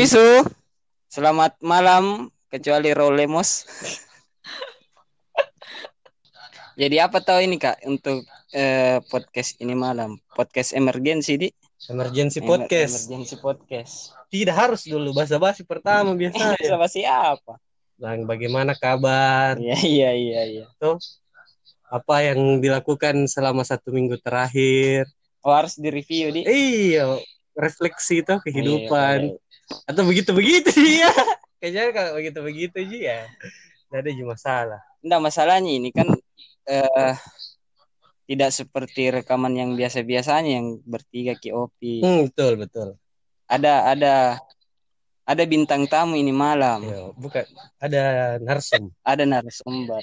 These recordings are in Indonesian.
Bisu, selamat malam, kecuali Rolemos. Jadi apa tahu ini Kak untuk podcast ini malam, podcast emergensi di Emergency podcast. emergency podcast. Tidak harus dulu basa-basi pertama biasanya. Sama siapa? Bang, bagaimana kabar? Iya. Tuh, apa yang dilakukan selama 1 minggu terakhir? Oh, harus direview di. Iya, refleksi tuh Iya, kehidupan. boleh. Atau begitu-begitu sih ya. Kayaknya kalau begitu-begitu sih ya. Tidak ada masalah. Enggak, masalahnya ini kan tidak seperti rekaman yang biasa-biasanya yang bertiga KOP. Betul. Ada bintang tamu ini malam. Ya, bukan ada narsum. Ada narasumber.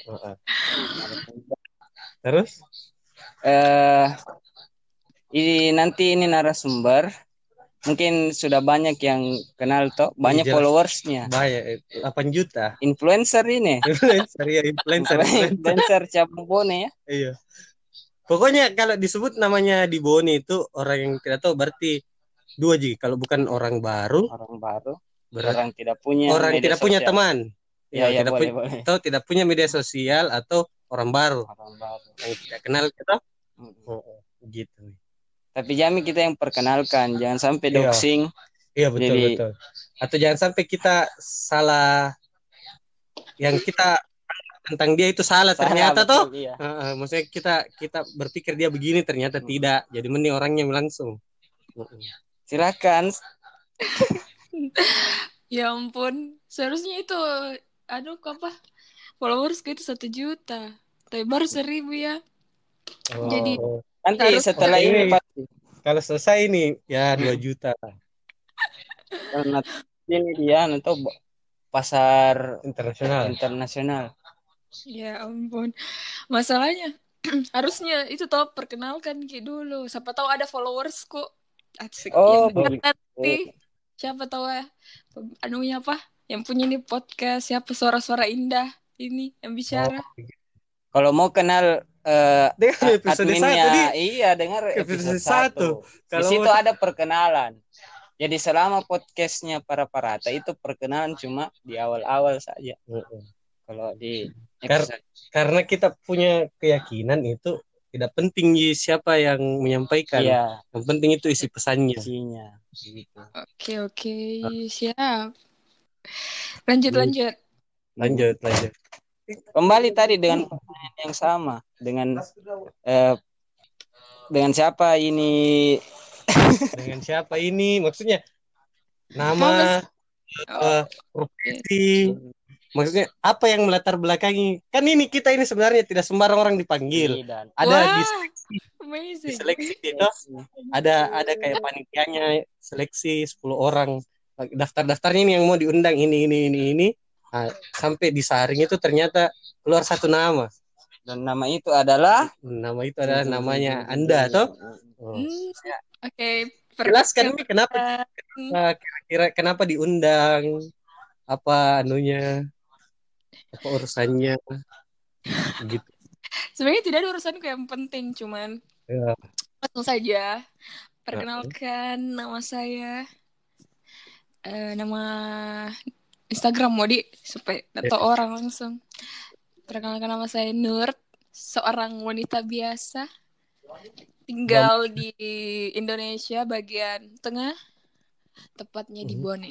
Terus? Ini narasumber. Mungkin sudah banyak yang kenal toh, banyak followersnya. Banyak, 8 juta. Influencer ini. Influencer cabang bone ya. Iya. Pokoknya kalau disebut namanya di Bone itu orang yang tidak tahu berarti dua ji. Kalau bukan orang baru, orang tidak punya teman. Ya, boleh. Atau tidak punya media sosial atau orang baru. Yang tidak kenal kita. Gitu. Tapi Jami kita yang perkenalkan, jangan sampai doxing. Iya betul. Atau jangan sampai kita salah, yang kita tentang dia itu salah ternyata toh. Iya. Maksudnya kita berpikir dia begini ternyata tidak. Jadi mending orangnya langsung. Silakan. Ya ampun, seharusnya itu followers itu 1 juta, tapi baru 1.000 ya. Jadi nanti setelah ini pasti kalau selesai ini ya 2 juta. Karena ini dia untuk pasar internasional. Ya ampun, masalahnya harusnya itu toh perkenalkan Ki dulu. Siapa tahu ada followersku. Asik. Nanti siapa tahu ya anunya apa yang punya ini podcast, siapa suara-suara indah ini yang bicara. Kalau mau kenal dengar episode adminnya, iya dengar episode 1. Di situ ada perkenalan. Jadi selama podcastnya para Parata itu perkenalan cuma di awal-awal saja. Kalau di karena kita punya keyakinan itu tidak penting siapa yang menyampaikan. Iya. Yang penting itu isi pesannya. Isinya. Gitu. Oke, siap. Lanjut. Kembali tadi dengan pertanyaan yang sama dengan siapa ini? Dengan siapa ini? Maksudnya nama, profesi. Maksudnya apa yang melatar belakangi? Kan ini kita ini sebenarnya tidak sembarang orang dipanggil. Ada diseleksi itu. Ada kayak panitianya seleksi 10 orang. Daftar-daftarnya ini yang mau diundang ini. Nah, sampai disaring itu ternyata keluar 1 nama. Dan nama itu adalah namanya Anda toh. Oke, jelaskan ini kira-kira kenapa diundang, apa anunya, apa urusannya gitu. Sebenarnya tidak ada urusan yang penting, cuman langsung saja perkenalkan nama saya, nama Instagram Modi supaya atau orang langsung. Perkenalkan, nama saya Nur, seorang wanita biasa, tinggal di Indonesia bagian tengah, tepatnya di Bone.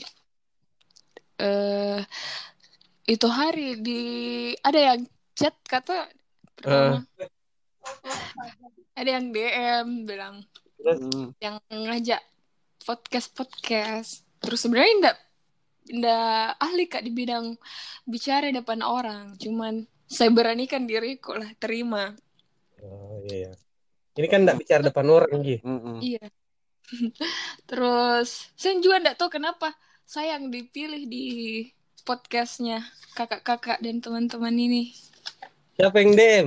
Itu hari ada yang chat kata pertama, ada yang DM bilang yang ngajak podcast. Terus sebenarnya nggak ahli Kak di bidang bicara depan orang, cuman saya beranikan diriku lah terima. Iya. Ini kan nggak bicara depan orang gitu. Iya. Terus saya juga nggak tahu kenapa saya yang dipilih di podcastnya kakak-kakak dan teman-teman ini. Siapa yang DM?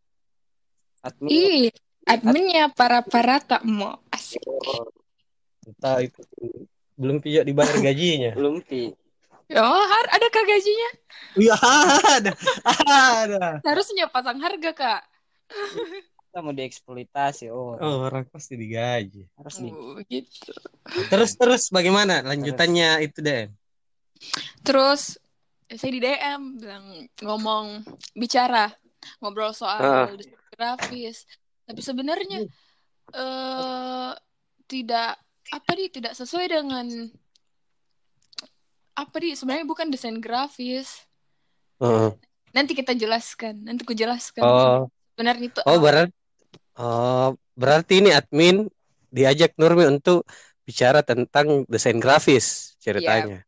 Adminnya para tak mau asik. Entah itu belum pijak dibayar gajinya. Belum pi. Ada kah gajinya? Iya ada. Harusnya pasang harga Kak. Kita mau dieksploitasi orang pasti digaji. Harus gitu. Terus bagaimana lanjutannya itu Den? Terus saya di DM bilang ngobrol soal desain grafis. Tapi sebenarnya tidak sesuai dengan sebenarnya bukan desain grafis. Nanti kita jelaskan. Nanti ku jelaskan. Benar itu. Berarti ini admin diajak Nurmi untuk bicara tentang desain grafis ceritanya.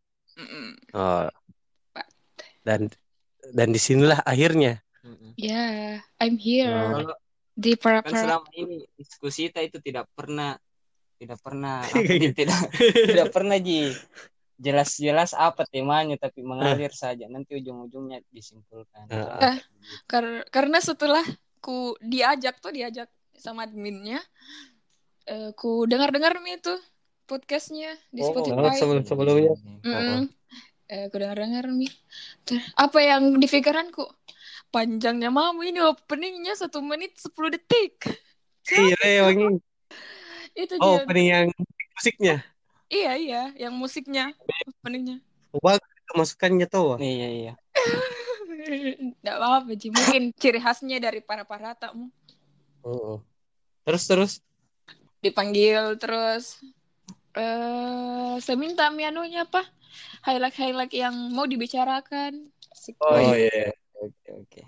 Dan disinilah akhirnya. I'm here. Di kan selama ini diskusi kita itu tidak pernah tidak pernah jelas apa temanya, tapi mengalir saja, nanti ujung-ujungnya disimpulkan. Karena setelah ku diajak sama adminnya, ku dengar itu podcastnya di Spotify. Sebelumnya. Ku dengar nih. Apa yang di pikiranku? Panjangnya mamu ini openingnya 1 menit 10 detik. Iya, itu opening yang musiknya. Iya, yang musiknya openingnya. Masukannya tuh. Iya. Nggak apa-apa, Ji. Mungkin ciri khasnya dari para tamu. Terus dipanggil terus. Saya minta mianunya apa? Highlight yang mau dibicarakan. Iya. Oke.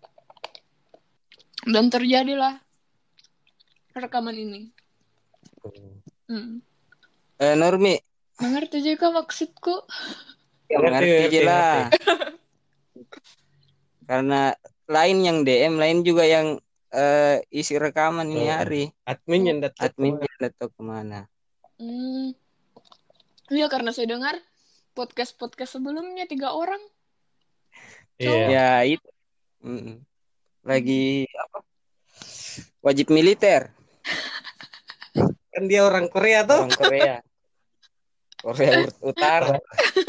Dan terjadilah rekaman ini. Nurmi, mengerti juga maksudku? Mengerti lah. Karena lain yang DM, lain juga yang isi rekaman ini hari. Admin yang datang kemana? Iya, karena saya dengar podcast sebelumnya 3 orang. Ya itu. Lagi apa? Wajib militer. Kan dia orang Korea tuh. Korea Utara.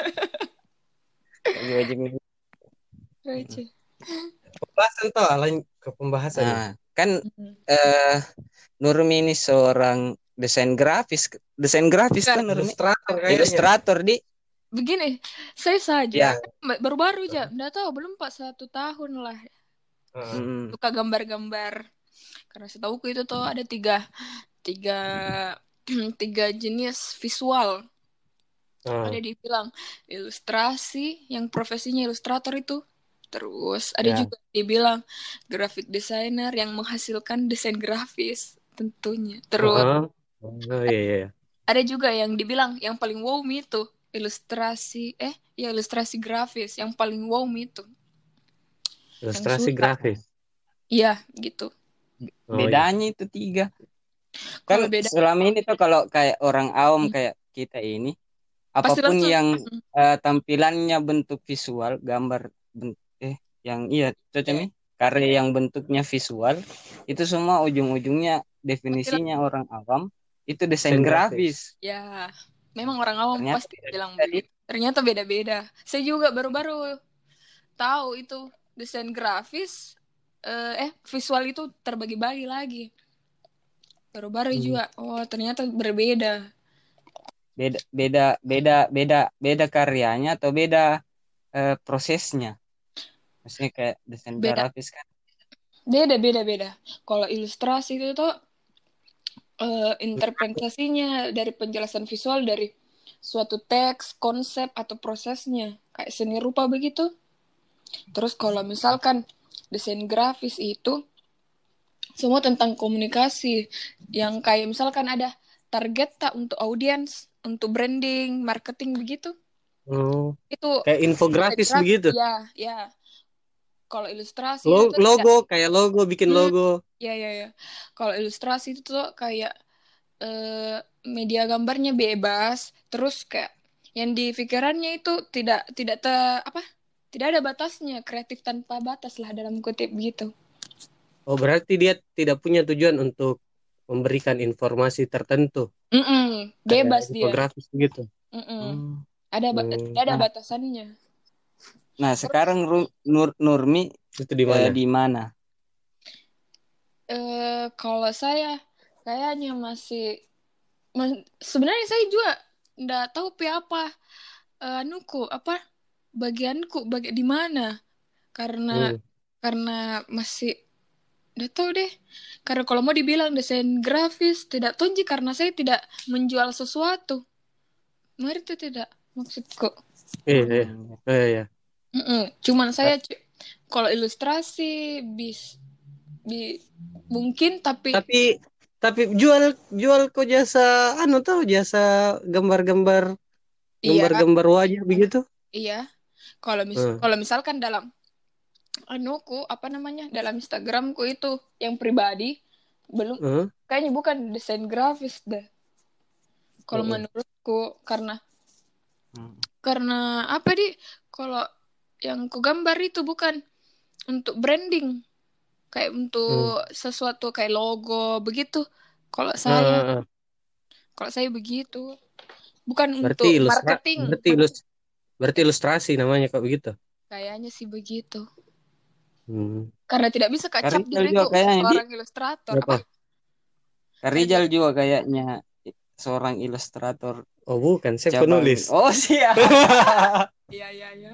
Lagi wajib militer. Pembahasan tuh, lain ke pembahasan. Nah, kan Nurmi ini seorang desain grafis kan Nurmi? Ilustrator di. Begini, saya saja baru-baru aja, nggak tahu belum 1 tahun lah. Suka gambar-gambar. Karena setahuku itu tuh ada tiga jenis visual. Ada dibilang ilustrasi, yang profesinya ilustrator itu. Terus ada juga dibilang graphic designer yang menghasilkan desain grafis tentunya. Terus ada juga yang dibilang yang paling wow itu ilustrasi grafis, yang paling wow itu ilustrasi grafis. Iya, gitu. Bedanya itu 3. Kan selama ini tuh kalau kayak orang awam kayak kita ini, apapun yang tampilannya bentuk visual, gambar yang cocoknya karya yang bentuknya visual, itu semua ujung-ujungnya definisinya orang awam itu desain grafis. Ya, memang orang awam pasti bilang begitu. Ternyata beda-beda. Saya juga baru-baru tahu itu desain grafis visual itu terbagi-bagi lagi. Baru-baru juga. Oh, ternyata berbeda. Beda karyanya atau beda prosesnya. Maksudnya kayak desain grafis kan. Beda. Kalau ilustrasi itu tuh interpretasinya dari penjelasan visual dari suatu teks, konsep atau prosesnya, kayak seni rupa begitu. Terus kalau misalkan desain grafis itu semua tentang komunikasi, yang kayak misalkan ada target tak untuk audiens, untuk branding, marketing begitu. Itu kayak infografis begitu. Ya. Kalau ilustrasi logo kayak logo, bikin logo. Ya. Kalau ilustrasi itu tuh kayak media gambarnya bebas, terus kayak yang di pikirannya itu tidak ada batasnya, kreatif tanpa batas lah dalam kutip gitu. Oh, berarti dia tidak punya tujuan untuk memberikan informasi tertentu. Bebas dia. Infografis begitu. Ada batasannya. Nah, sekarang Nurmi itu di mana? Kalau saya kayaknya masih sebenarnya saya juga nggak tahu apa bagianku di mana? Karena masih udah tahu deh. Karena kalau mau dibilang desain grafis tidak tonji karena saya tidak menjual sesuatu. Mari itu tidak maksudku. Iya. Cuman saya kalau ilustrasi mungkin tapi jual kok jasa jasa gambar-gambar wajah begitu. Iya. Kalau misalkan dalam dalam Instagramku itu yang pribadi belum kayaknya bukan desain grafis deh. Kalau menurutku karena kalau yang ku gambar itu bukan untuk branding, kayak untuk sesuatu kayak logo begitu. Kalau saya begitu, bukan berarti untuk marketing. Berarti ilustrasi namanya kok begitu? Kayaknya sih begitu. Karena tidak bisa kacap diriku seorang ilustrator. Rizal juga kayaknya seorang ilustrator. Oh bukan, saya penulis. Oh siap. Iya.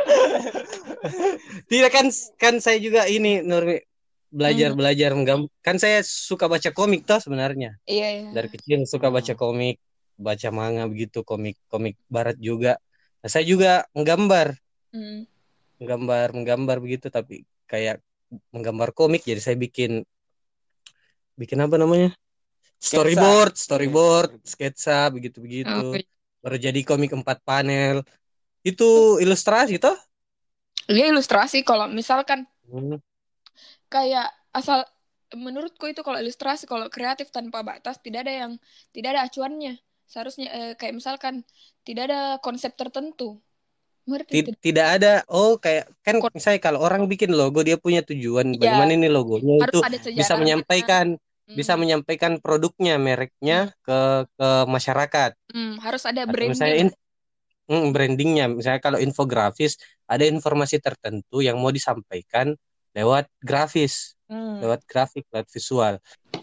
Tidak kan saya juga ini Nurmi belajar menggambar. Kan saya suka baca komik toh sebenarnya. Iya. Dari kecil suka baca komik, baca manga begitu, komik barat juga. Nah, saya juga menggambar. Menggambar begitu tapi kayak menggambar komik, jadi saya bikin apa namanya? Storyboard, sketsa begitu. Baru jadi komik 4 panel. Itu ilustrasi toh? Iya, ilustrasi. Kalau misalkan kayak asal menurutku itu kalau ilustrasi, kalau kreatif tanpa batas tidak ada acuannya. Seharusnya kayak misalkan tidak ada konsep tertentu. Tidak ada. Oh, kayak kan misalnya kalau orang bikin logo dia punya tujuan bagaimana ini logonya itu bisa menyampaikan produknya, mereknya ke masyarakat. Harus ada branding. Brandingnya, misalnya kalau infografis ada informasi tertentu yang mau disampaikan lewat grafis, lewat grafik, lewat visual.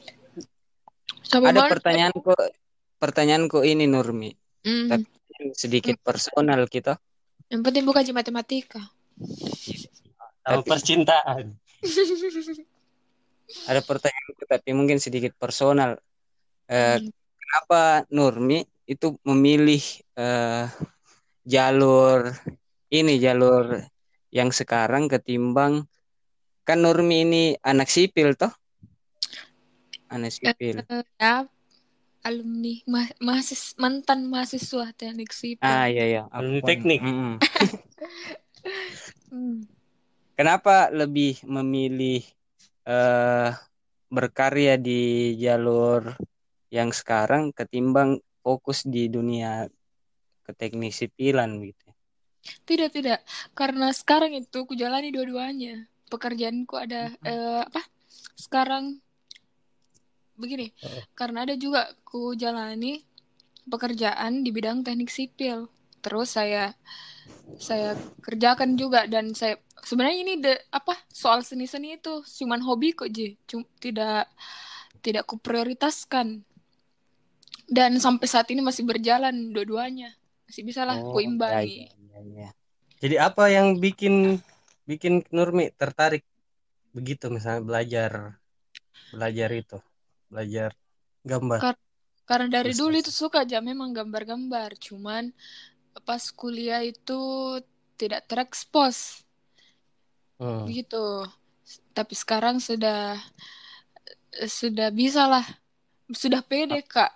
Ada pertanyaanku ini Nurmi, tapi sedikit personal kita. Yang penting bukan matematika. Tahu percintaan. Ada pertanyaanku tapi mungkin sedikit personal. Kenapa Nurmi itu memilih jalur yang sekarang ketimbang, kan Nurmi ini anak sipil toh? Anak sipil. Alumni mantan mahasiswa teknik sipil. Iya. Alumni teknik. Kenapa lebih memilih berkarya di jalur yang sekarang ketimbang fokus di dunia keteknik sipilan gitu? Tidak. Karena sekarang itu ku jalani dua-duanya. Pekerjaanku ada sekarang begini, karena ada juga ku jalani pekerjaan di bidang teknik sipil. Terus saya kerjakan juga, dan saya sebenarnya ini soal seni-seni itu cuman hobi kok tidak ku prioritaskan. Dan sampai saat ini masih berjalan dua-duanya. Masih bisa lah ku imbangi. Iya. Jadi apa yang bikin Nurmi tertarik begitu, misalnya belajar gambar? Karena dari dulu itu suka aja memang gambar-gambar, cuman pas kuliah itu tidak terekspos begitu. Tapi sekarang sudah bisa lah, sudah pede Kak,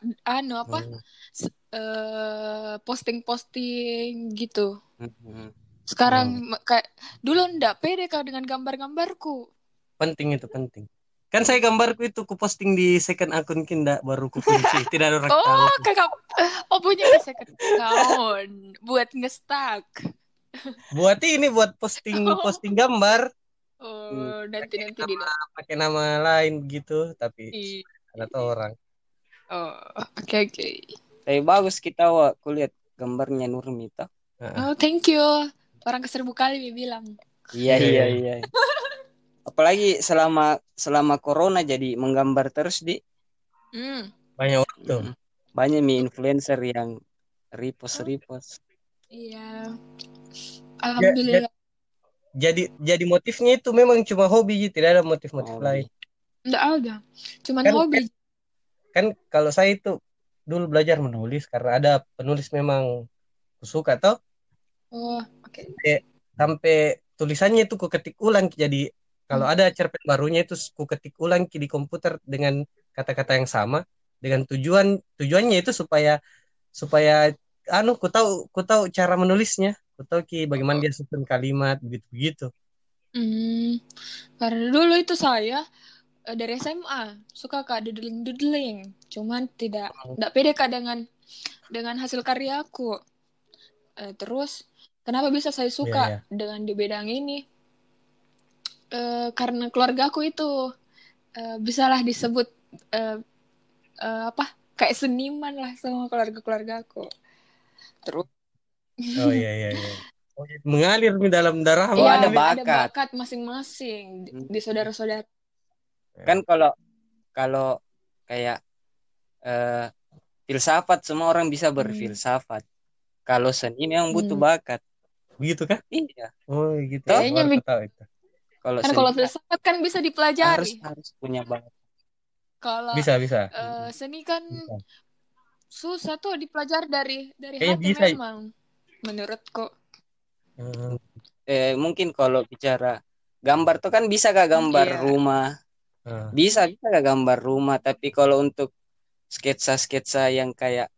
posting gitu. Sekarang kayak dulu ndak pede Kak dengan gambar-gambarku. Penting. Kan saya gambarku itu ku posting di second akun Kinda, baru ku kunci. Tidak ada orang tahu. Kakak punya second account buat nge-stack. Buat posting gambar. Nanti pakai nama lain gitu, tapi ada orang. Oke. Tapi bagus kita kulihat gambarnya Nurmita. Thank you. Orang ke-1000 kali bilang. Iya. Apalagi selama corona jadi menggambar terus di. Banyak waktu. Banyak influencer yang repost. Iya. Alhamdulillah. Jadi motifnya itu memang cuma hobi, tidak ada motif-motif lain. Enggak ada. Cuman hobi. Kan kalau saya itu dulu belajar menulis karena ada penulis memang suka toh. Oh, oke. Sampai tulisannya itu ku ketik ulang, jadi kalau ada cerpen barunya itu ku ketik ulang di komputer dengan kata-kata yang sama, dengan tujuannya itu supaya ku tahu cara menulisnya, ku tahu bagaimana dia susun kalimat begitu. Karena dulu itu saya dari SMA suka Kak doodling, cuman tidak pede Kak dengan hasil karyaku. Terus kenapa bisa saya suka dengan di bidang ini? Karena keluarga aku itu bisalah disebut kayak seniman lah sama keluarga aku. Terus mengalir di dalam darah. Ada bakat masing-masing di saudara-saudara. Kan kalau kayak filsafat, semua orang bisa berfilsafat. Kalau seni memang butuh bakat. Begitu kah? Iya. Oh gitu. Kayaknya tahu itu. Kalau filsafat kan bisa dipelajari. Harus punya bakat. Kalau bisa. Seni kan susah tuh dipelajari dari hati bisa. Memang menurutku. Mungkin kalau bicara gambar tuh kan bisa gak gambar rumah. Bisa gak gambar rumah, tapi kalau untuk sketsa yang kayak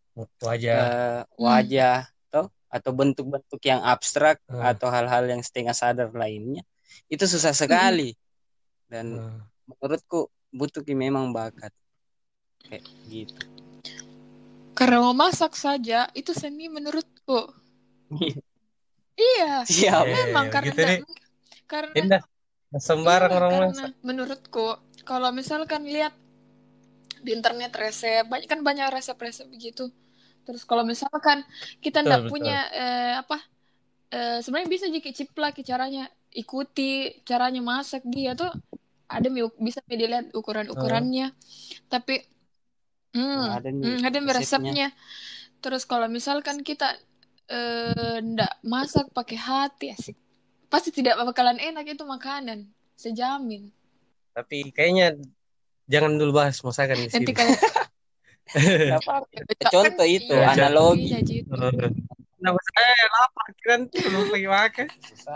wajah toh, atau bentuk-bentuk yang abstrak atau hal-hal yang setengah sadar lainnya, itu susah sekali. Dan menurutku butuh memang bakat kayak gitu. Karena mau masak saja itu seni menurutku. Iya. Siap. Memang karena sembarang orang masak. Menurutku kalau misalkan lihat di internet resep, banyak resep-resep begitu. Terus kalau misalkan kita enggak punya sebenarnya bisa jadi ciplak caranya, ikuti caranya masak dia tuh ada bisa dilihat ukuran-ukurannya. Tapi ada resepnya. Terus kalau misalkan kita enggak masak pakai hati, asik, pasti tidak bakalan enak itu makanan, sejamin. Tapi kayaknya jangan dulu bahas masakan di sini. Nanti kayak contoh itu analogi. Nah, saya lapar kan belum pergi makan.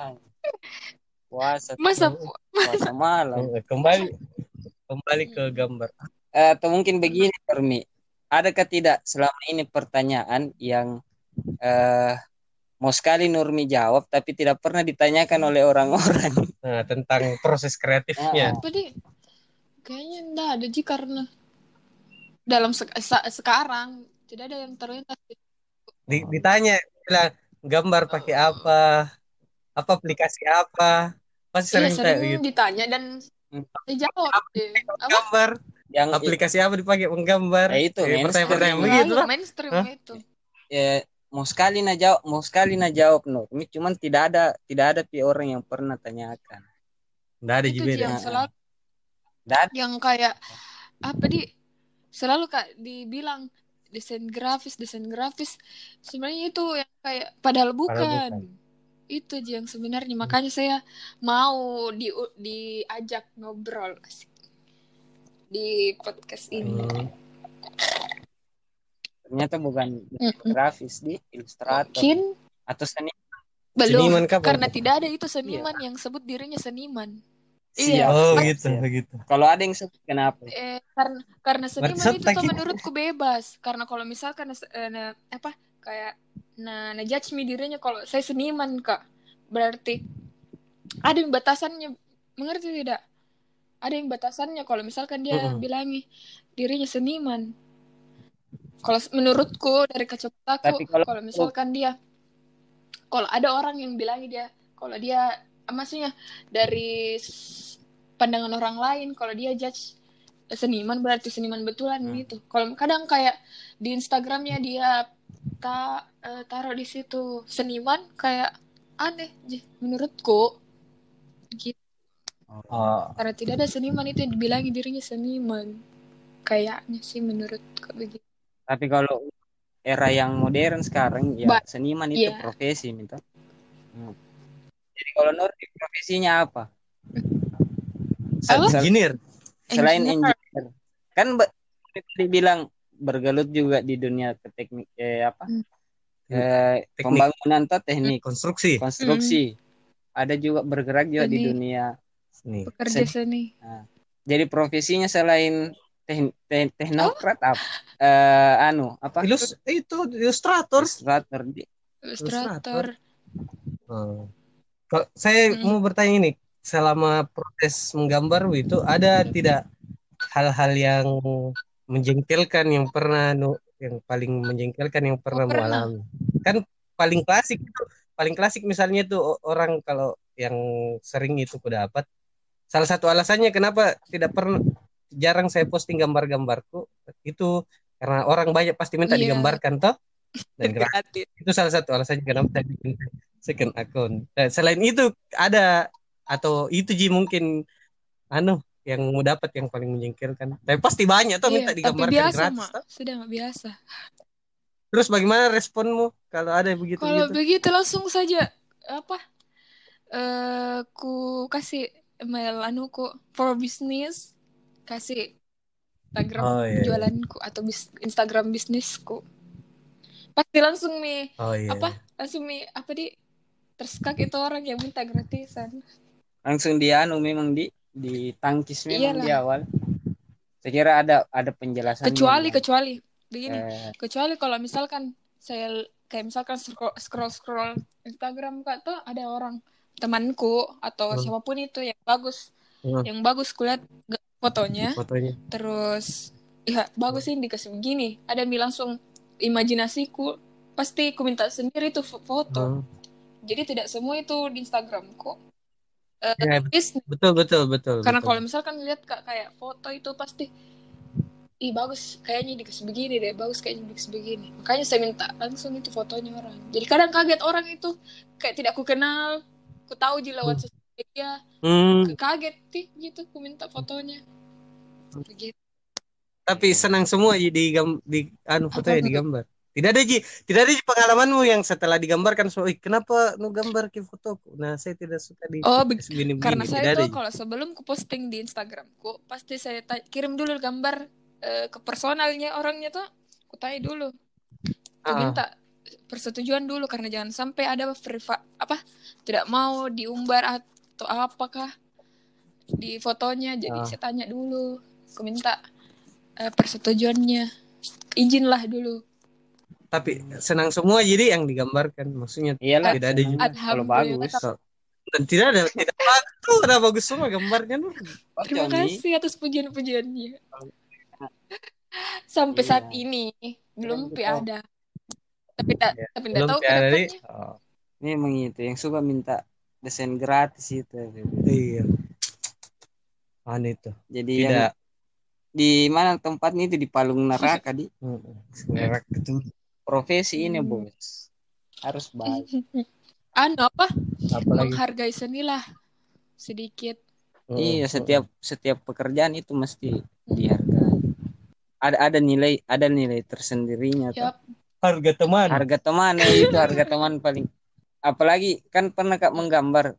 Puasa malam. Kembali ke gambar. Atau mungkin begini, Permi. Adakah tidak selama ini pertanyaan yang mau sekali Nurmi jawab tapi tidak pernah ditanyakan oleh orang-orang? Tentang proses kreatifnya. Kayaknya enggak ada karena dalam sekarang tidak ada yang terlintas. Ditanya bilang gambar pakai apa aplikasi apa, pasti sering ditanya dan dijawab gambar yang aplikasi apa dipakai menggambar. Itu pertanyaan begitu lah. Mainstream itu. Mau sekali na jawab Nurmi, cuman tidak ada orang yang pernah tanyakan. Nggak ada juga yang selalu yang kayak selalu Kak dibilang desain grafis sebenarnya itu yang kayak padahal bukan. Itu yang sebenarnya makanya saya mau diajak ngobrol di podcast ini. Ternyata bukan grafis, di Illustrator mungkin atau seniman. Belum, karena tidak ada itu seniman yang sebut dirinya seniman. Iya. Begitu. Kalau ada yang sebut kenapa? Karena seniman itu tuh menurutku bebas. Karena kalau misalkan kayak judge me dirinya kalau saya seniman Kak, berarti ada yang batasannya, mengerti tidak? Ada yang batasannya kalau misalkan dia bilangi dirinya seniman. Kalau menurutku dari kacamataku, kalau misalkan kalau ada orang yang bilangi dia, kalau dia maksudnya dari pandangan orang lain, kalau dia judge seniman berarti seniman betulan gitu. Kalau kadang kayak di Instagramnya dia taruh di situ seniman, kayak aneh menurutku gitu. Karena tidak ada seniman itu yang dibilangi dirinya seniman, kayaknya sih menurutku begitu. Tapi kalau era yang modern sekarang ya seniman itu profesi gitu. Jadi kalau Nur profesinya apa? Engineer. Selain engineer. Kan dibilang bergelut juga di dunia teknik pembangunan atau teknik konstruksi. Ada juga bergerak juga di dunia seni. Pekerja seni. Nah, jadi profesinya selain teknokrat apa? Itu ilustrator. Kalau saya mau bertanya ini, selama proses menggambar itu ada tidak hal-hal yang menjengkelkan yang paling menjengkelkan yang pernah mengalami? Kan paling klasik misalnya itu orang kalau yang sering itu ku dapat, salah satu alasannya kenapa jarang saya posting gambar-gambarku itu karena orang banyak pasti minta digambarkan toh, dan gratis. Itu salah satu alasannya kenapa saya bikin second account. Selain itu ada atau itu mungkin yang mau dapat yang paling menjengkelkan. Tapi pasti banyak tuh minta digambarkan gratis. Sudah biasa. Terus bagaimana responmu kalau ada begitu? Kalau begitu langsung saja ku kasih email for business, kasih Instagram jualanku atau Instagram bisnisku. Pasti langsung langsung terskak itu orang yang minta gratisan. Langsung memang ditangkis memang di awal. Saya kira ada penjelasan. Kecuali begini. Kecuali kalau misalkan saya kayak misalkan scroll Instagram tuh ada orang temanku atau siapapun itu yang bagus kulihat fotonya. Terus bagus ini dikasih begini. Ada langsung imajinasiku pasti ku minta sendiri tuh foto. Jadi tidak semua itu di Instagramku. Betul. Karena kalau misalkan lihat kayak foto itu pasti bagus kayaknya dikasih begini deh, bagus kayaknya dikasih begini. Makanya saya minta langsung itu fotonya orang. Jadi kadang kaget orang itu kayak tidak ku kenal, ku tahu di lewat sosial media, kaget gitu, ku minta fotonya. Begitu. Tapi senang semua fotonya digambar. Tidak ada pengalamanmu yang setelah digambarkan kenapa nu gambar ke fotoku? Nah, saya tidak suka begini-begini. Karena saya tuh kalau sebelum ku posting di Instagramku, pasti saya kirim dulu gambar ke personalnya orangnya tuh, ku tanya dulu. Ku minta persetujuan dulu karena jangan sampai ada tidak mau diumbar atau apakah di fotonya. Jadi saya tanya dulu, ku minta persetujuannya, izinlah dulu. Tapi senang semua jadi yang digambarkan, maksudnya tidak ada juga kalau bagus dan tidak ada bagus semua gambarnya. Terima kasih atas pujian-pujiannya. Sampai saat ini belum ada, tapi tidak tahu kedepannya. Ini emang itu yang suka minta desain gratis itu. Iya. Itu. Jadi tidak di mana tempatnya itu di palung neraka di. Neraka itu. Profesi ini bos harus baik. Menghargai seni lah sedikit. Iya, setiap pekerjaan itu mesti dihargai. Ada nilai tersendirinya. Harga teman itu harga teman paling. Apalagi kan pernah Kak menggambar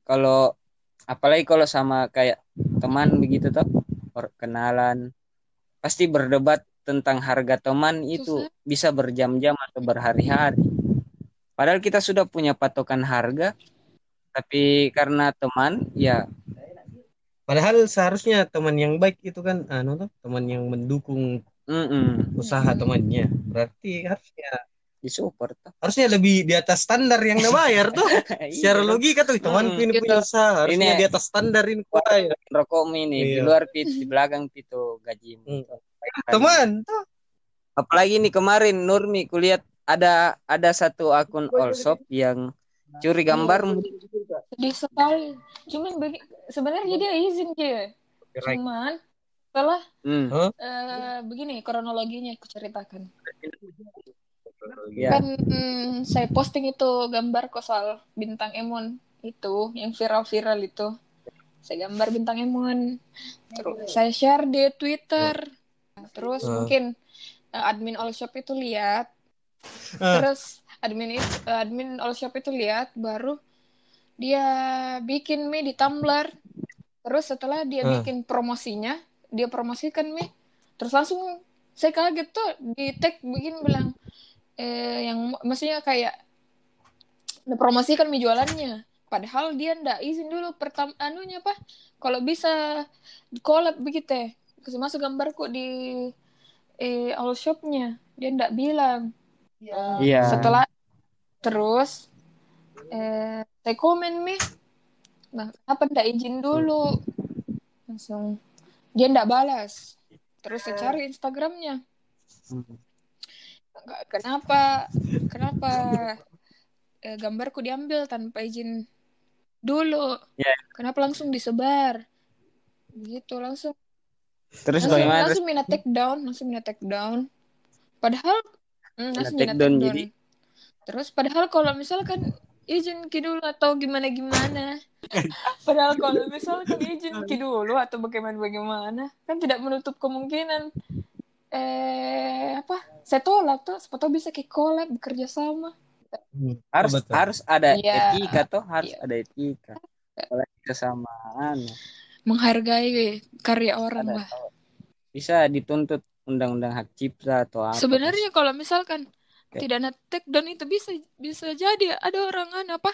apalagi kalau sama kayak teman begitu toh, kenalan pasti berdebat tentang harga teman itu bisa berjam-jam atau berhari-hari. Padahal kita sudah punya patokan harga, tapi karena teman ya. Padahal seharusnya teman yang baik itu kan teman yang mendukung usaha temannya. Berarti harusnya disupport. Harusnya lebih di atas standar yang dibayar tuh. Secara logika tuh temanku ini punya usaha, harusnya di atas standar ini bayar. Rokok ini di luar di belakang itu gajimu. Teman tuh. Apalagi nih kemarin Nurmi kulihat ada satu akun Allshop yang curi gambarmu. Sedih sekali. Cuman sebenarnya dia izin dia. Cuman setelah begini kronologinya aku ceritakan. Kan saya posting itu gambar soal bintang Emon itu yang viral itu. Saya gambar bintang Emon. Terus saya share di Twitter. Terus mungkin admin Allshop itu lihat Terus admin all shop itu lihat, baru dia bikin mie di Tumblr. Terus setelah dia bikin promosinya, dia promosikan mie, terus langsung saya kaget tuh di tag bikin bilang yang maksudnya kayak promosikan mie jualannya. Padahal dia ndak izin dulu anunya apa? Kalau bisa collab begitu, masuk gambarku di all shopnya, dia ndak bilang. Iya. Setelah terus saya komen mie, nah kenapa ndak izin dulu? Langsung dia ndak balas. Terus saya cari Instagramnya. Kenapa gambarku diambil tanpa izin dulu? Kenapa langsung disebar? Begitu langsung. Terus bagaimana? Langsung minta take down. Padahal langsung minta take down. Jadi... Terus padahal kalau misalkan izin ki dulu atau gimana. Padahal kalau misalkan izin ki dulu atau bagaimana kan tidak menutup kemungkinan saya tolak tuh, sepatu bisa ki collab bekerja sama. Harus ada etika toh, harus ada etika. Kalau kesamaan menghargai karya orang lah. Bisa dituntut undang-undang hak cipta atau apa. Sebenarnya kalau misalkan tidak ada take down itu bisa jadi ada orang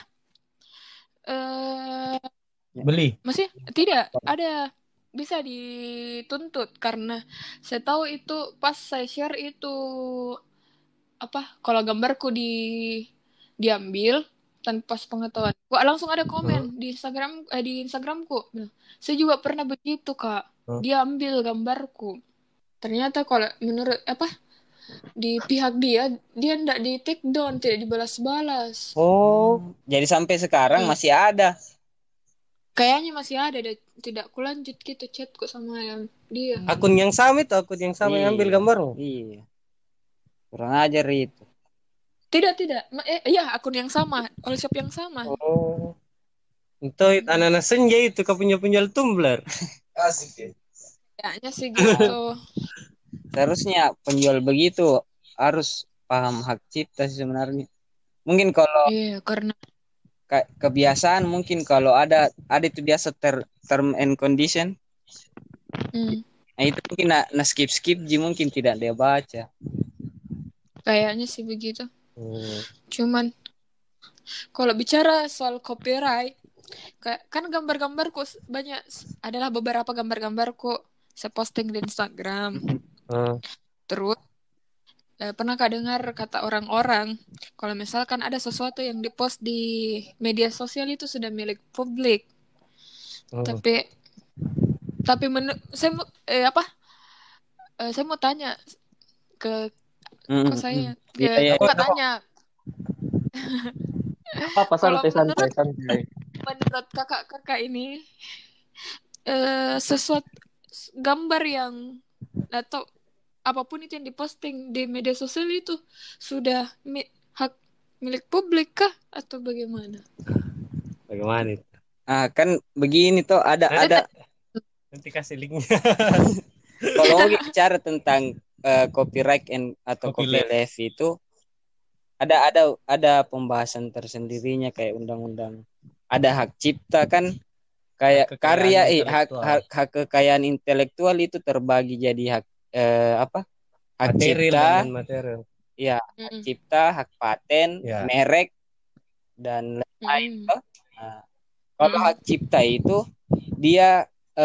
beli. Maksudnya tidak ada, bisa dituntut karena saya tahu itu pas saya share itu kalau gambarku diambil tanpa pengetahuan, langsung ada komen di Instagramku. Saya juga pernah begitu Kak, dia ambil gambarku. Ternyata kalau menurut di pihak dia ndak di take down, tidak dibalas-balas. Jadi sampai sekarang masih ada. Kayaknya masih ada, tidak kulanjut gitu chatku sama dia. Akun yang sama yang ambil gambarmu. Iya. Kurang ajar itu. Tidak. Iya, akun yang sama, all shop yang sama. Itu anak-anak senja itu kau punya penjual Tumblr. Asik ya. Kayaknya sih gitu. Seharusnya penjual begitu harus paham hak cipta sih sebenarnya. Mungkin kalau karena kebiasaan, mungkin kalau ada itu biasa term and condition. Nah itu mungkin skip mungkin tidak dia baca. Kayaknya sih begitu. Cuman kalau bicara soal copyright, kan gambar-gambarku banyak, adalah beberapa gambarku saya posting di Instagram. Terus pernah dengar kata orang-orang kalau misalkan ada sesuatu yang dipost di media sosial itu sudah milik publik. Tapi saya mau tanya ke saya tanya menurut kakak ini sesuatu gambar yang atau apapun itu yang diposting di media sosial itu sudah hak milik publik kah atau bagaimana? Bagaimana itu? Kan begini tuh ada nanti kasih linknya. Kalau bicara tentang copyright atau copyleft itu ada pembahasan tersendirinya kayak undang-undang. Ada hak cipta kan, kayak hak kekayaan intelektual itu terbagi jadi hak hak cipta, ya, hak cipta, hak paten, merek dan lain-lain. Kalau hak cipta itu dia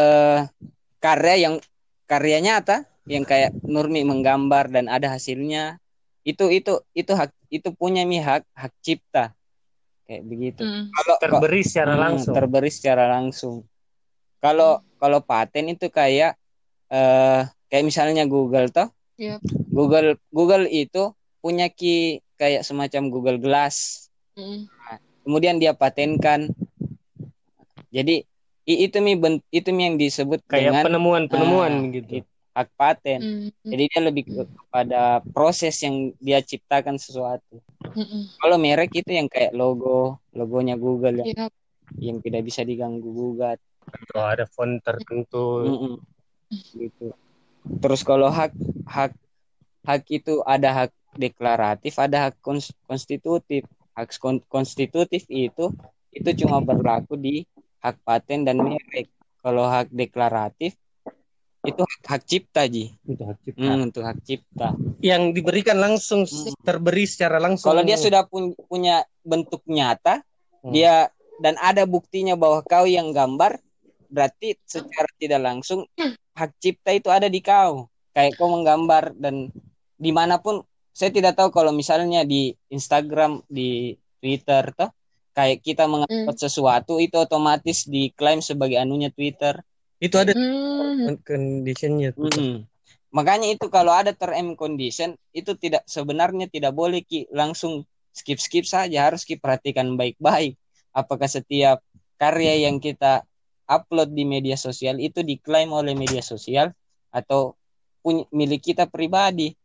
karya nyata yang kayak Nurmi menggambar dan ada hasilnya, itu hak, itu punya hak cipta kayak begitu. Kalau terberi secara langsung. Kalau paten itu kayak misalnya Google toh. Yep. Google itu punya kayak semacam Google Glass. Nah, kemudian dia patenkan. Jadi itu yang disebut kayak dengan penemuan gitu. Hak paten. Jadi dia lebih kepada proses yang dia ciptakan sesuatu. Kalau merek itu yang kayak logonya Google yang tidak bisa diganggu gugat. Kalau ada font tertentu. Gitu. Terus kalau hak itu ada deklaratif, ada hak konstitutif. Hak konstitutif itu cuma berlaku di hak paten dan merek. Kalau hak deklaratif itu hak cipta, Ji. Itu hak cipta. Untuk hak cipta. Yang diberikan langsung, terberi secara langsung. Kalau dia sudah punya bentuk nyata, dia dan ada buktinya bahwa kau yang gambar, berarti secara tidak langsung hak cipta itu ada di kau. Kayak kau menggambar dan dimanapun, saya tidak tahu kalau misalnya di Instagram, di Twitter toh, kayak kita mengupload sesuatu itu otomatis diklaim sebagai anunya Twitter. Itu ada conditionnya. Makanya itu kalau ada term and condition itu sebenarnya tidak boleh langsung skip saja, harus perhatikan baik-baik. Apakah setiap karya yang kita upload di media sosial itu diklaim oleh media sosial atau milik kita pribadi.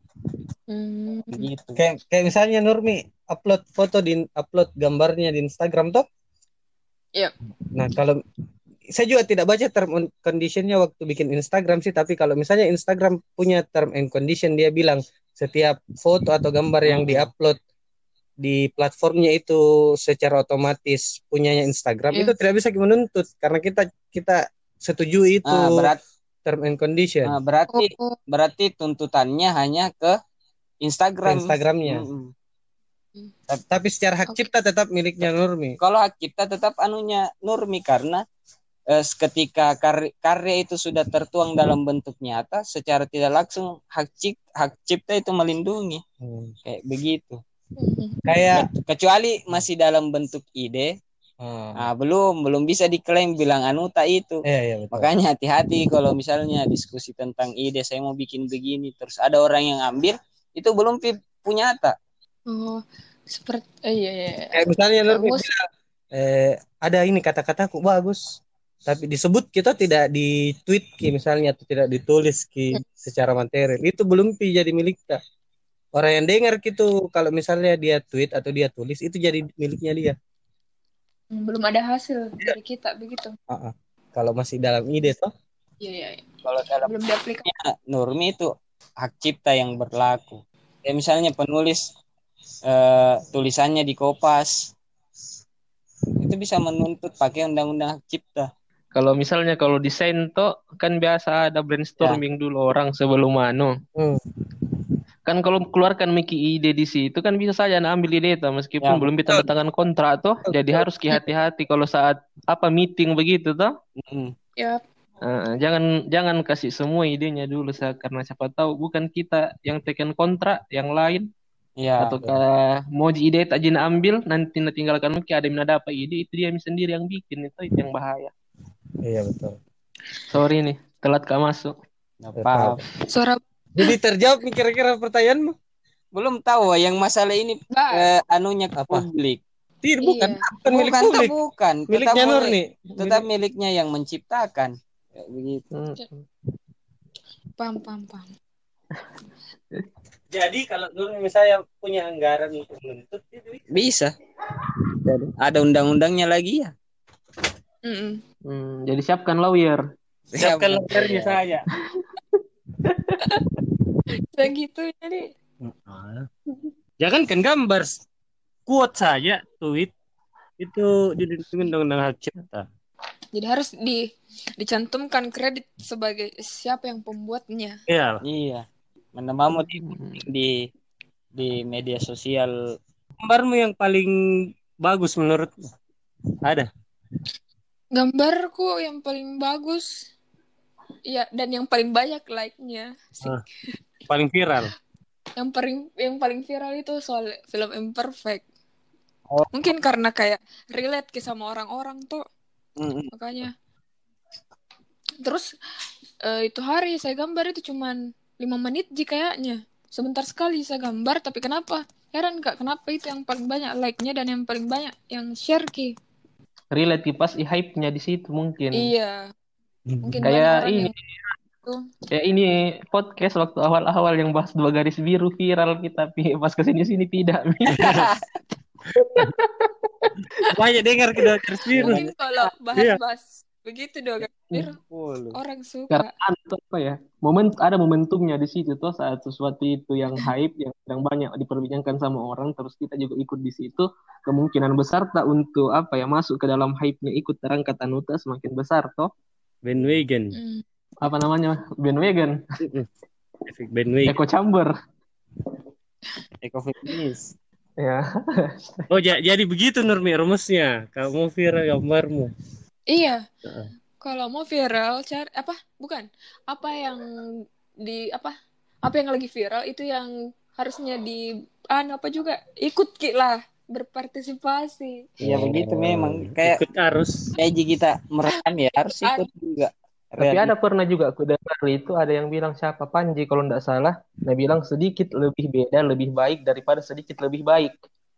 Gitu. Kayak misalnya Nurmi upload gambarnya di Instagram toh? Iya. Nah, kalau saya juga tidak baca term and condition-nya waktu bikin Instagram sih, tapi kalau misalnya Instagram punya term and condition, dia bilang setiap foto atau gambar yang diupload di platformnya itu secara otomatis punyanya Instagram, itu tidak bisa menuntut karena kita setujui itu term and condition. Berarti tuntutannya hanya ke Instagramnya. Tapi secara hak cipta tetap miliknya Nurmi. Kalau hak cipta tetap anunya Nurmi karena ketika karya itu sudah tertuang dalam bentuk nyata, secara tidak langsung hak cipta itu melindungi. Kayak begitu. Kayak kecuali masih dalam bentuk ide, belum bisa diklaim bilang anuta itu. Betul. Makanya hati-hati kalau misalnya diskusi tentang ide, saya mau bikin begini, terus ada orang yang ambil, itu belum punya nyata. Seperti kayak misalnya Nurmi bilang, ada ini kata-kataku bagus, tapi disebut kita tidak di tweet misalnya atau tidak ditulis secara material, itu belum jadi milik kita. Orang yang dengar gitu, kalau misalnya dia tweet atau dia tulis, itu jadi miliknya dia. Belum ada hasil dari kita begitu. Kalau masih dalam ide toh? Iya. Kalau dalam belum diaplikasikan Nurmi itu hak cipta yang berlaku. Kayak misalnya penulis tulisannya di Kopas, itu bisa menuntut pakai undang-undang hak cipta. Kalau misalnya desain toh kan biasa ada brainstorming dulu orang sebelum Kan kalau keluarkan ide di situ kan bisa saja ambil ide itu meskipun belum tanda tangan kontrak toh. Jadi harus hati-hati kalau saat meeting begitu toh. Jangan kasih semua idenya dulu karena siapa tahu bukan kita yang tekan kontrak, yang lain. Ataukah mau ide tak jina ambil nanti tinggalkan mungkin ada yang dapat ide itu dia sendiri yang bikin, itu yang bahaya. Iya betul. Sorry nih telat masuk. Apa? Suara. Jadi terjawab nih kira-kira pertanyaanmu? Belum tahu yang masalah ini anunya ke publik. Tidak, bukan milik publik. Bukan. Miliknya Nurmi. Tetap miliknya yang menciptakan. Kayak begitu. Paham. Jadi kalau Nurmi misalnya punya anggaran untuk menuntut itu bisa. Ada undang-undangnya lagi ya. Jadi siapkan lawyer. Siapkan lawyernya saya. Begitu jadi. Jangan kan gambar, quote saja, tweet itu dilindungi undang-undang hak cipta. Jadi harus dicantumkan kredit sebagai siapa yang pembuatnya. Iya. Menamamu di media sosial. Gambarmu yang paling bagus menurutmu ada? Gambarku yang paling bagus, ya, dan yang paling banyak like-nya. Paling viral. Yang paling viral itu soal film Imperfect. Mungkin karena kayak relate sama orang-orang tuh. Makanya. Terus itu hari saya gambar itu cuman 5 menit kayaknya. Sebentar sekali saya gambar, tapi kenapa? Heran Kak, kenapa itu yang paling banyak like-nya dan yang paling banyak yang share Relate pas hype-nya di situ mungkin. Iya. Mungkin kayak ini. Ya ini podcast waktu awal-awal yang bahas 2 garis biru viral kita, tapi pas kesini-sini tidak. Banyak dengar 2 garis biru. Mungkin kalau bahas Begitu dong, orang suka. Karena apa ya? Ada momentumnya di situ tuh saat sesuatu itu yang hype yang sedang banyak diperbincangkan sama orang terus kita juga ikut di situ, kemungkinan besar tak untuk apa ya masuk ke dalam hype-nya ikut terangkat anuta semakin besar toh. Bandwagon. Apa namanya? Bandwagon. Efek bandwagon. Echo chamber. Eco feminis. Ya. Oh, jadi begitu Nurmi rumusnya. Kamu viral gambarmu. Iya. Kalau mau viral, cari apa? Bukan. Apa yang yang lagi viral itu yang harusnya apa juga ikut lah berpartisipasi. Iya begitu memang kayak ikut harus. Kayak kita merekam ya harus ikut juga. Tapi ada pernah juga aku dengar itu ada yang bilang siapa Panji kalau tidak salah, dia bilang sedikit lebih beda lebih baik daripada sedikit lebih baik.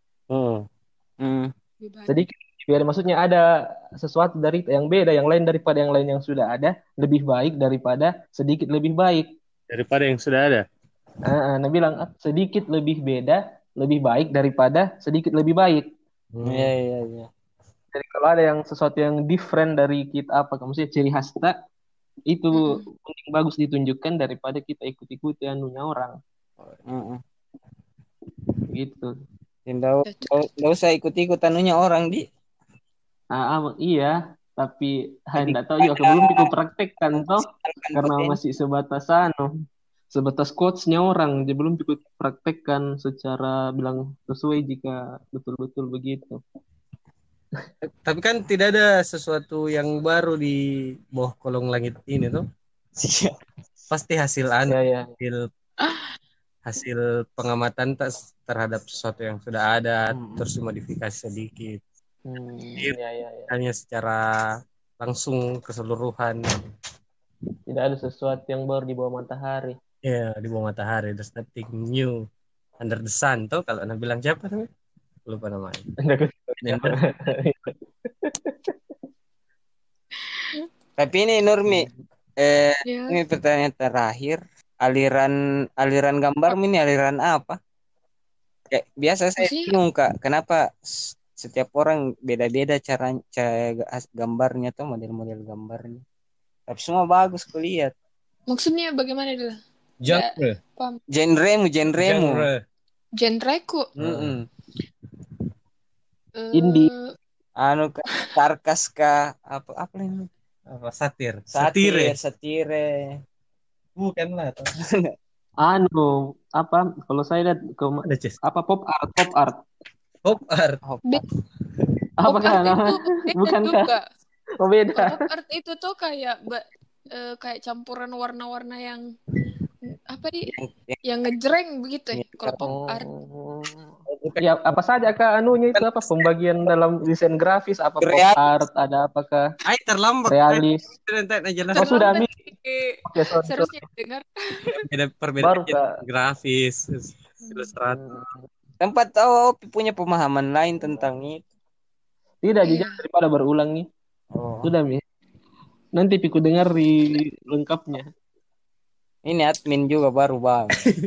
Sedikit beda maksudnya ada sesuatu dari yang beda yang lain daripada yang lain yang sudah ada lebih baik daripada sedikit lebih baik daripada yang sudah ada. Dia bilang sedikit lebih beda lebih baik daripada sedikit lebih baik. Iya. Jadi kalau ada yang sesuatu yang different dari kita maksudnya ciri khas kita itu penting bagus ditunjukkan daripada kita ikut-ikuti anunya orang. Gitu. Nggak usah ikut-ikut anunya orang di. Iya, tapi hendak tahu juga belum kita praktekkan toh karena masih sebatas quotes-nya orang, jadi belum ikut praktekkan secara bilang sesuai jika betul-betul begitu. Tapi kan tidak ada sesuatu yang baru di bawah kolong langit ini tuh. Pasti hasil hasil pengamatan terhadap sesuatu yang sudah ada terus dimodifikasi sedikit. Hanya secara langsung keseluruhan. Tidak ada sesuatu yang baru di bawah matahari. Ya, di bawah matahari. There's nothing new under the sun. Tuh kalau bilang siapa namanya? Lupa namanya. Tapi ini Nurmi, ini pertanyaan terakhir. Aliran gambar ini aliran apa? Kayak biasa saya bingung Kak, kenapa setiap orang beda-beda cara gambarnya tuh model-model gambarnya. Tapi semua bagus kulihat. Maksudnya bagaimana dulu? Genremu. Genreku. Indie. Sarkas kah? Apa ini? Apa satire. Bukan lah. Kalau saya lihat pop art. Apakah bukankah? Oh beda. Pop art itu tuh kayak campuran warna-warna yang yang ngejreng begitu ya. Kalau pop art. Ya apa saja kak anunya itu apa pembagian dalam desain grafis apa pop art ada apakah terlambat realis sudah seharusnya dengar perbedaan grafis ilustrator tempat tahu punya pemahaman lain tentang itu tidak jujur daripada berulang nih sudah Mi nanti piku dengar di lengkapnya ini admin juga baru bang.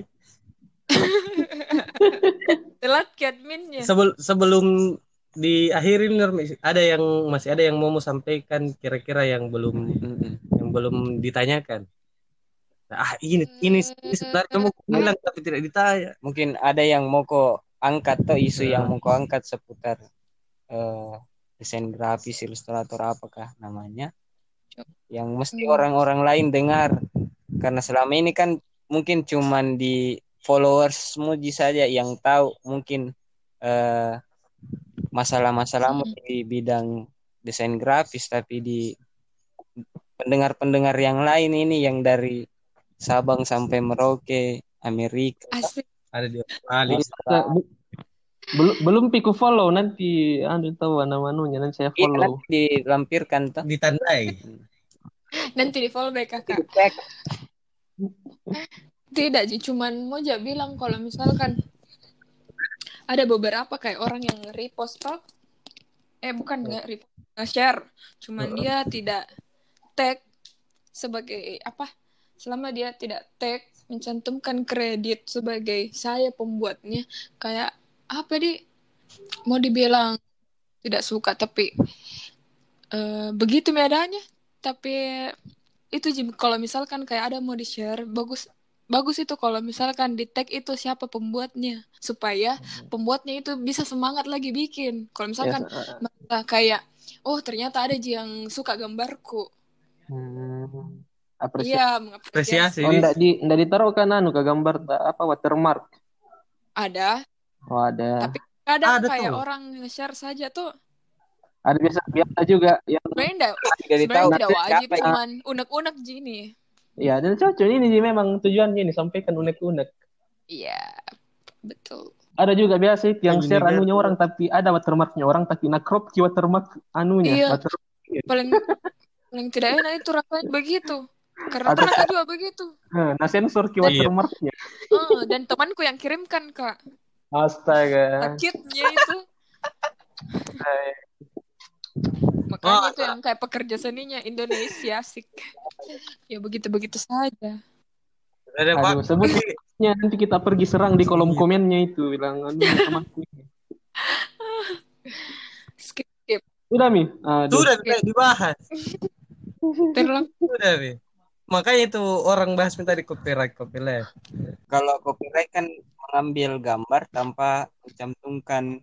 Telat ke adminnya. Sebelum diakhirin masih ada yang mau sampaikan kira-kira yang belum ditanyakan. Ini sebenarnya mau bilang tapi tidak ditanya. Mungkin ada yang mau kok angkat atau isu yang mau kok angkat seputar desain grafis ilustrator apakah namanya yang mesti orang-orang lain dengar karena selama ini kan mungkin cuman di followers Muji saja yang tahu mungkin masalah-masalahmu di bidang desain grafis tapi di pendengar-pendengar yang lain ini yang dari Sabang sampai Merauke Amerika ada di Australia belum piku follow nanti tahu nama-namanya nanti saya follow nanti dilampirkan tuh ditandai nanti di follow back kakak tidak cuman mau bilang kalau misalkan ada beberapa kayak orang yang repost toh bukan nggak repost nge-share cuman dia tidak tag sebagai selama dia tidak tag mencantumkan kredit sebagai saya pembuatnya kayak mau dibilang tidak suka tapi begitu medannya. Tapi itu kalau misalkan kayak ada mau di-share, bagus itu kalau misalkan di tag itu siapa pembuatnya, supaya pembuatnya itu bisa semangat lagi bikin. Kalau misalkan kayak ternyata ada yang suka gambarku. Apresiasi. Oh, nggak ditaruh kan ke gambar apa watermark? Ada. Oh, ada. Tapi kadang kayak orang nge-share saja tuh. Ada biasa juga yang sebenarnya tidak wajib, cuman unek-unek gini. Iya, dan cocok ini memang tujuannya ini sampaikan unek-unek. Iya, betul. Ada juga biasa yang share anunya orang tapi ada watermarknya orang tapi crop ki watermark anunya. Iya. Paling tidak enak itu rasanya begitu. Karena temanku juga begitu. Nah, sensor ki watermarknya. Dan temanku yang kirimkan, Kak. Astaga. Sakitnya itu. Makanya itu yang kayak pekerja seninya Indonesia asik. Ya begitu-begitu saja. Aduh, sebutnya nanti kita pergi serang di kolom komennya itu bilang temanku. Skip. Udah Mi. Sudah dibahas. Sudah Mi. Makanya itu orang bahas minta di copyright. Kalau copyright kan mengambil gambar tanpa mencantumkan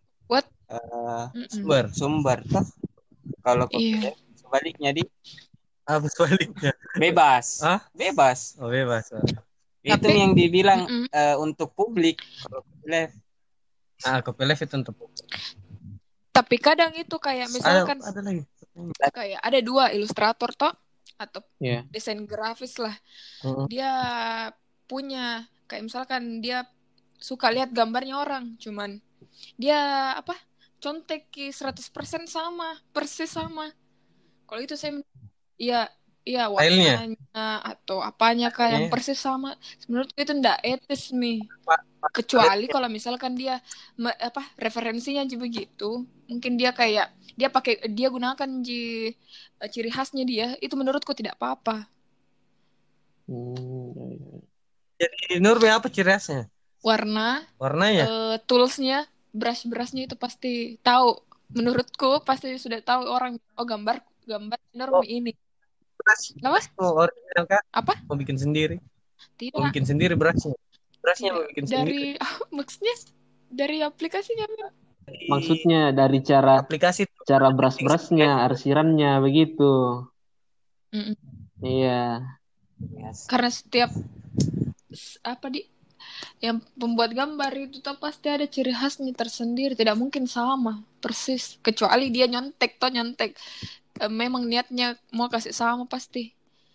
sumber toh. Kalau copyright sebaliknya sebaliknya bebas. Bebas. Oh, bebas. Itu yang dibilang untuk publik. Kalau copyleft itu untuk publik. Tapi kadang itu kayak misalkan ada lagi. Kayak ada 2 ilustrator toh atau desain grafis lah. Dia punya kayak misalkan dia suka lihat gambarnya orang, cuman dia contek 100% sama, persis sama. Kalau itu saya warnanya atau apanya yang persis sama. Menurutku itu ndak etis Mi. Kecuali kalau misalkan dia referensinya aja begitu, mungkin dia gunakan ciri khasnya dia, itu menurutku tidak apa-apa. Jadi Nurmi apa ciri khasnya? Warnanya, toolsnya, brushnya itu pasti tahu. Menurutku pasti sudah tahu orang. Gambar Nurmi ini. Apa? Original kan? Apa? Mau bikin sendiri? Tidak. Mau bikin sendiri brushnya mau bikin sendiri. Maksudnya dari aplikasinya. Maksudnya dari cara brush-brushnya, arsirannya begitu. Iya. Karena setiap yang pembuat gambar itu tuh pasti ada ciri khasnya tersendiri, tidak mungkin sama persis, kecuali dia nyontek. Memang niatnya mau kasih sama pasti.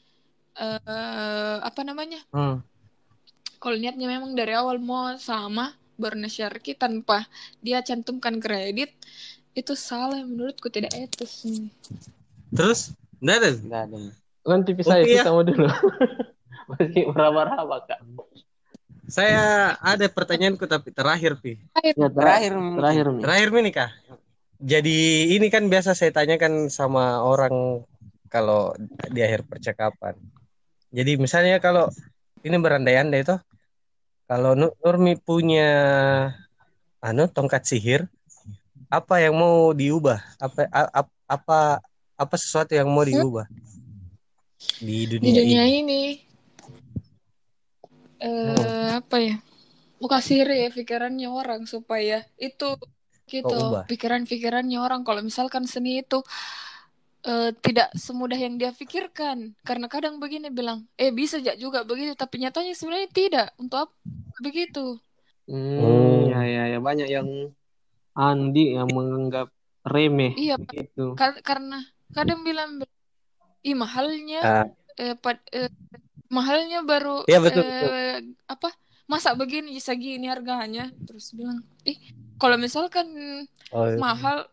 Kalau niatnya memang dari awal mau sama, baru nge-share tanpa dia cantumkan kredit, itu salah menurutku, tidak etis. Terus? Nggak ada. Nanti saya sama dulu. Masih meraba-raba, Kak. Saya ada pertanyaanku tapi terakhir, Pi. Terakhir nih, Kak. Jadi ini kan biasa saya tanyakan sama orang kalau di akhir percakapan. Jadi misalnya kalau ini berandai-andai itu, kalau Nurmi punya tongkat sihir, apa yang mau diubah? Apa sesuatu yang mau diubah di dunia ini? Mau kasih pikirannya orang supaya itu gitu, pikiran-pikirannya orang. Kalau misalkan seni itu tidak semudah yang dia pikirkan, karena kadang begini bilang bisa juga begitu, tapi nyatanya sebenarnya tidak. Untuk apa begitu? Ya banyak yang yang menganggap remeh. Iya, begitu. Karena kadang bilang mahalnya mahalnya baru betul. masa begini segini harganya, terus bilang kalau misalkan mahal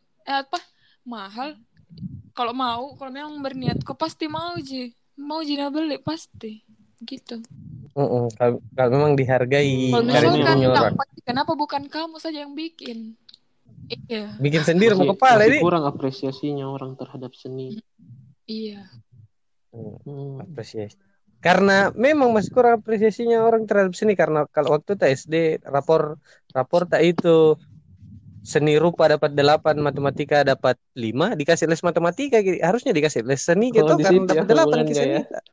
kalau memang berniat kok pasti mau beli pasti gitu. Kalau memang dihargai karena kenapa bukan kamu saja yang bikin? Iya. Bikin sendiri mau kepala ini. Kurang apresiasinya orang terhadap seni. Iya. Apresiasi. Karena memang masih kurang apresiasinya orang terhadap seni, karena kalau waktu SD rapor tak itu seni rupa dapat 8, matematika dapat 5, dikasih les matematika, harusnya dikasih les seni gitu kan dapat 8 ke seni. Ya?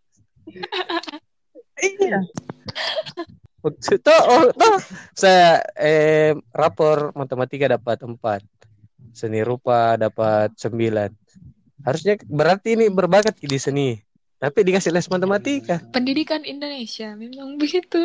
Iya. Toh saya rapor matematika dapat 4. Seni rupa dapat 9. Harusnya berarti ini berbakat di seni. Tapi dikasih les matematika. Pendidikan Indonesia memang begitu.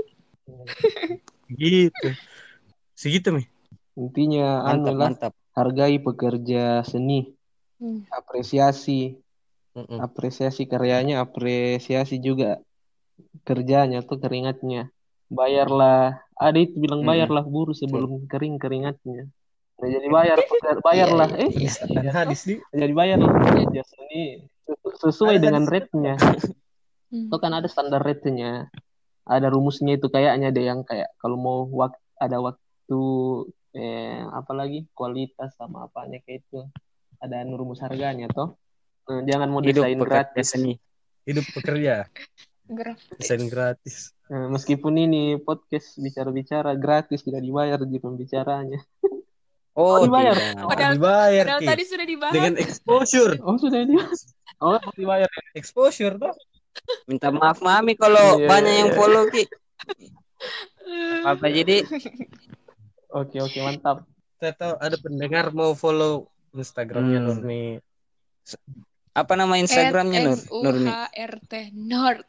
Gitu. Segitu nih. Intinya mantap. Hargai pekerja seni. Apresiasi. Apresiasi karyanya, apresiasi juga kerjanya atau keringatnya. Bayarlah. Ada itu bilang bayarlah buruh sebelum kering keringatnya. Nah, jadi bayarlah. Hadis nih. Jadi bayarlah pekerja seni sesuai dengan rate-nya. Itu kan ada standar rate-nya. Ada rumusnya itu kayaknya ada yang kayak kalau mau ada waktu apalagi kualitas sama apanya kayak itu. Ada rumus harganya toh. Jangan mau desain gratis. Hidup pekerja. Desain gratis. Meskipun ini podcast bicara-bicara gratis, tidak dibayar di pembicaranya. Dibayar. Padahal tadi sudah dibahas. Dengan exposure. Sudah dibahas. Dibayar. Exposure toh. Minta maaf Mami kalau banyak yang follow Ki. Apa jadi? Oke, mantap. Saya tahu ada pendengar mau follow Instagramnya Nurmi. Apa nama Instagramnya Nurmi? Nord.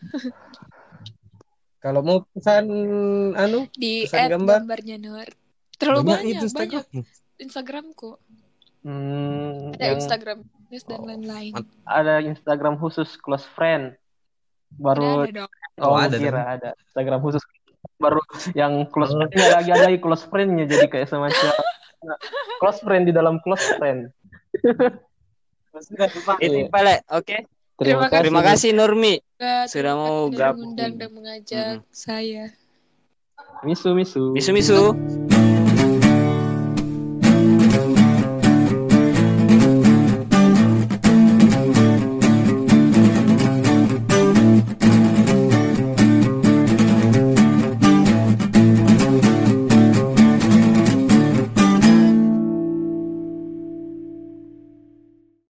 Kalau mau pesan di pesan gambarnya Nord. Terlalu banyak Instagramku. Ada Instagram News dan lain-lain. Ada Instagram khusus close friend. Baru ada Instagram khusus baru yang close friend-nya lagi close friend-nya jadi kayak semacam close friend di dalam close friend. Itu Pale, oke. Terima kasih Nurmi sudah mau gabung dan mengajak saya. Misu.